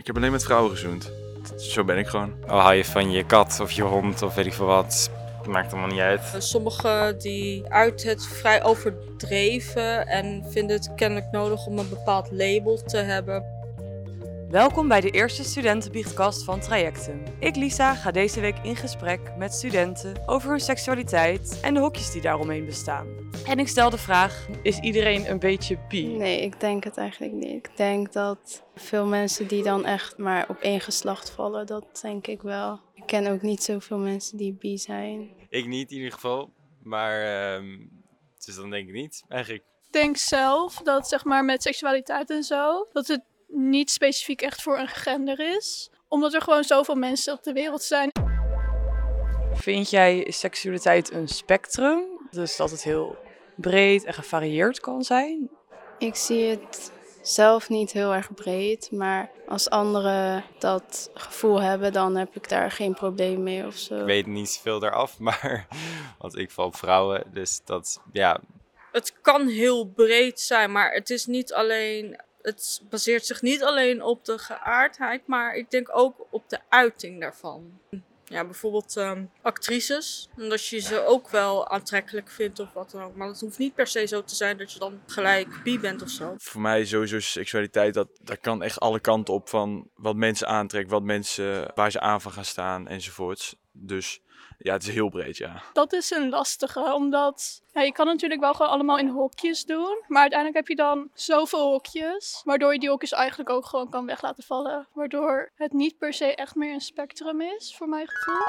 Ik heb alleen met vrouwen gezoend. Zo ben ik gewoon. Al hou je van je kat of je hond of weet ik veel wat, maakt allemaal niet uit. Sommigen die uit het vrij overdreven en vinden het kennelijk nodig om een bepaald label te hebben. Welkom bij de eerste studentenbiechtkast van Trajectum. Ik, Lisa, ga deze week in gesprek met studenten over hun seksualiteit en de hokjes die daaromheen bestaan. En ik stel de vraag, is iedereen een beetje bi? Nee, ik denk het eigenlijk niet. Ik denk dat veel mensen die dan echt maar op één geslacht vallen, dat denk ik wel. Ik ken ook niet zoveel mensen die bi zijn. Ik niet in ieder geval, maar dus dan denk ik niet eigenlijk. Ik denk zelf dat zeg maar met seksualiteit en zo, dat het niet specifiek echt voor een gender is. Omdat er gewoon zoveel mensen op de wereld zijn. Vind jij seksualiteit een spectrum? Dus dat het heel breed en gevarieerd kan zijn? Ik zie het zelf niet heel erg breed, maar als anderen dat gevoel hebben, dan heb ik daar geen probleem mee of zo. Ik weet niet zoveel daaraf, maar want ik val op vrouwen, dus dat, ja. Het kan heel breed zijn, maar het is niet alleen. Het baseert zich niet alleen op de geaardheid, maar ik denk ook op de uiting daarvan. Ja, bijvoorbeeld actrices. Omdat je ze ook wel aantrekkelijk vindt of wat dan ook. Maar het hoeft niet per se zo te zijn dat je dan gelijk bi bent of zo. Voor mij sowieso seksualiteit, dat kan echt alle kanten op van wat mensen aantrekt, waar ze aan van gaan staan enzovoorts. Dus ja, het is heel breed, ja. Dat is een lastige, omdat je kan natuurlijk wel gewoon allemaal in hokjes doen. Maar uiteindelijk heb je dan zoveel hokjes, waardoor je die hokjes eigenlijk ook gewoon kan weg laten vallen. Waardoor het niet per se echt meer een spectrum is, voor mijn gevoel.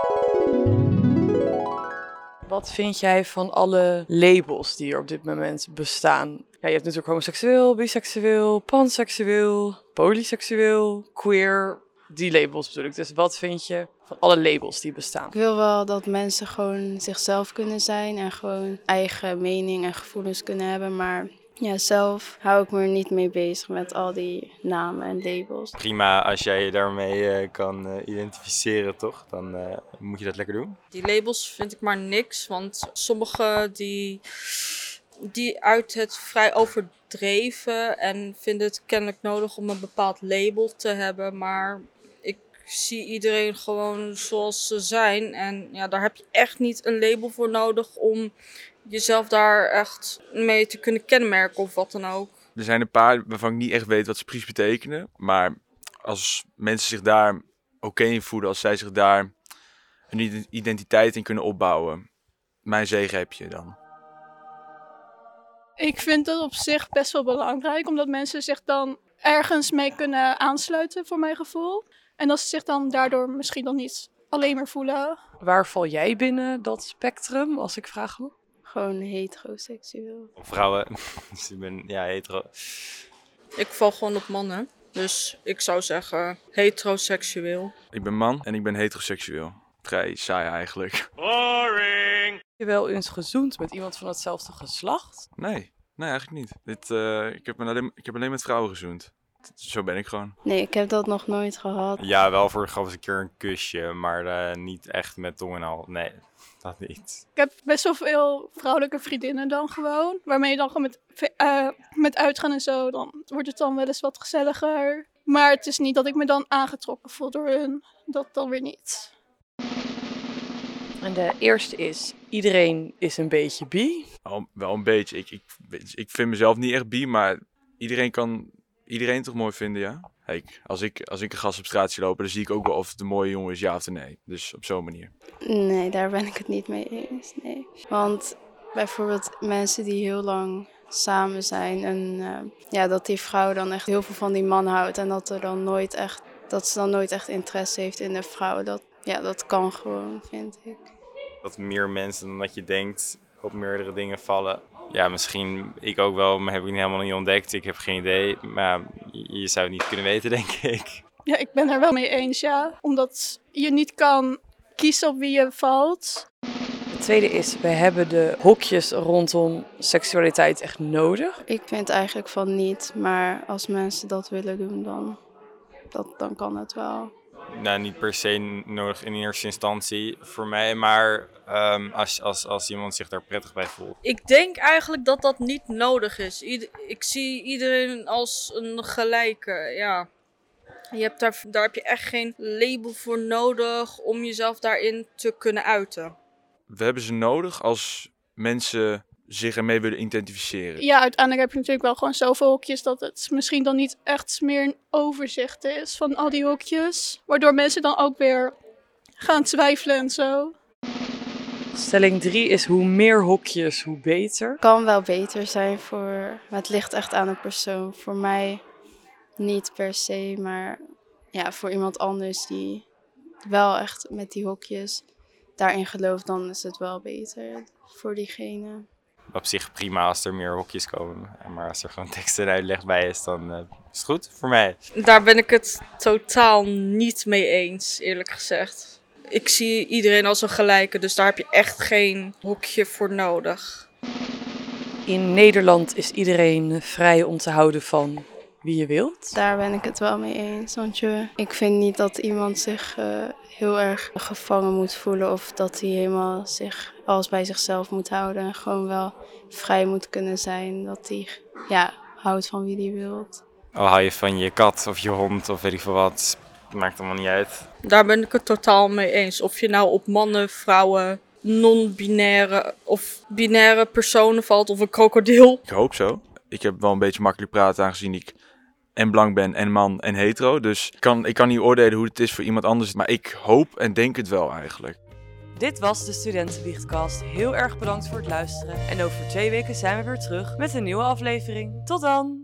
Wat vind jij van alle labels die er op dit moment bestaan? Ja, je hebt natuurlijk homoseksueel, biseksueel, panseksueel, polyseksueel, queer. Die labels bedoel ik. Dus wat vind je van alle labels die bestaan? Ik wil wel dat mensen gewoon zichzelf kunnen zijn en gewoon eigen mening en gevoelens kunnen hebben, maar ja, zelf hou ik me er niet mee bezig met al die namen en labels. Prima als jij je daarmee kan identificeren, toch? Dan moet je dat lekker doen. Die labels vind ik maar niks, want sommigen die uit het vrij overdreven en vinden het kennelijk nodig om een bepaald label te hebben, maar ik zie iedereen gewoon zoals ze zijn en ja, daar heb je echt niet een label voor nodig om jezelf daar echt mee te kunnen kenmerken of wat dan ook. Er zijn een paar waarvan ik niet echt weet wat ze precies betekenen. Maar als mensen zich daar oké in voelen, als zij zich daar een identiteit in kunnen opbouwen, mijn zegen heb je dan. Ik vind dat op zich best wel belangrijk, omdat mensen zich dan ergens mee kunnen aansluiten, voor mijn gevoel. En dat ze zich dan daardoor misschien dan niet alleen maar voelen. Waar val jij binnen dat spectrum, als ik vraag mag? Gewoon heteroseksueel. Vrouwen, dus ik ben hetero. Ik val gewoon op mannen, dus ik zou zeggen heteroseksueel. Ik ben man en ik ben heteroseksueel. Vrij saai eigenlijk. Heb je wel eens gezoend met iemand van hetzelfde geslacht? Nee, eigenlijk niet. Ik heb alleen met vrouwen gezoend. Zo ben ik gewoon. Nee, ik heb dat nog nooit gehad. Ja, wel voor de grap eens een keer een kusje, maar niet echt met tong en al. Nee, dat niet. Ik heb best wel veel vrouwelijke vriendinnen dan gewoon. Waarmee je dan gewoon met uitgaan en zo, dan wordt het dan wel eens wat gezelliger. Maar het is niet dat ik me dan aangetrokken voel door hun. Dat dan weer niet. En de eerste is, iedereen is een beetje bi. Wel een beetje. Ik vind mezelf niet echt bi, maar iedereen kan iedereen toch mooi vinden, ja? Als ik een gast op straat zie lopen, dan zie ik ook wel of het een mooie jongen is, ja of nee. Dus op zo'n manier. Nee, daar ben ik het niet mee eens, nee. Want bijvoorbeeld mensen die heel lang samen zijn en dat die vrouw dan echt heel veel van die man houdt en dat ze dan nooit echt interesse heeft in de vrouw. Dat kan gewoon, vind ik. Dat meer mensen dan dat je denkt op meerdere dingen vallen. Ja, misschien ik ook wel, maar heb ik helemaal niet ontdekt. Ik heb geen idee, maar je zou het niet kunnen weten, denk ik. Ja, ik ben er wel mee eens, ja. Omdat je niet kan kiezen op wie je valt. Het tweede is, we hebben de hokjes rondom seksualiteit echt nodig. Ik vind eigenlijk van niet, maar als mensen dat willen doen, dan kan het wel. Nou, niet per se nodig in eerste instantie voor mij, maar als iemand zich daar prettig bij voelt. Ik denk eigenlijk dat dat niet nodig is. Ik zie iedereen als een gelijke, ja. Daar heb je echt geen label voor nodig om jezelf daarin te kunnen uiten. We hebben ze nodig als mensen zich ermee willen identificeren. Ja, uiteindelijk heb je natuurlijk wel gewoon zoveel hokjes dat het misschien dan niet echt meer een overzicht is van al die hokjes. Waardoor mensen dan ook weer gaan twijfelen en zo. Stelling 3 is hoe meer hokjes, hoe beter. Kan wel beter zijn maar het ligt echt aan de persoon. Voor mij niet per se, maar ja, voor iemand anders die wel echt met die hokjes daarin gelooft, dan is het wel beter voor diegene. Op zich prima als er meer hokjes komen. Maar als er gewoon tekst en uitleg bij is, dan is het goed voor mij. Daar ben ik het totaal niet mee eens, eerlijk gezegd. Ik zie iedereen als een gelijke, dus daar heb je echt geen hokje voor nodig. In Nederland is iedereen vrij om te houden van wie je wilt. Daar ben ik het wel mee eens, want ik vind niet dat iemand zich heel erg gevangen moet voelen of dat hij helemaal zich alles bij zichzelf moet houden en gewoon wel vrij moet kunnen zijn, dat hij houdt van wie hij wilt. Al hou je van je kat of je hond of weet ik veel wat, maakt allemaal niet uit. Daar ben ik het totaal mee eens. Of je nou op mannen, vrouwen, non-binaire of binaire personen valt of een krokodil. Ik hoop zo. Ik heb wel een beetje makkelijk praten aangezien ik en blank ben en man en hetero. Dus ik kan niet oordelen hoe het is voor iemand anders. Maar ik hoop en denk het wel eigenlijk. Dit was de Studentenbiechtcast. Heel erg bedankt voor het luisteren. En over 2 weken zijn we weer terug met een nieuwe aflevering. Tot dan!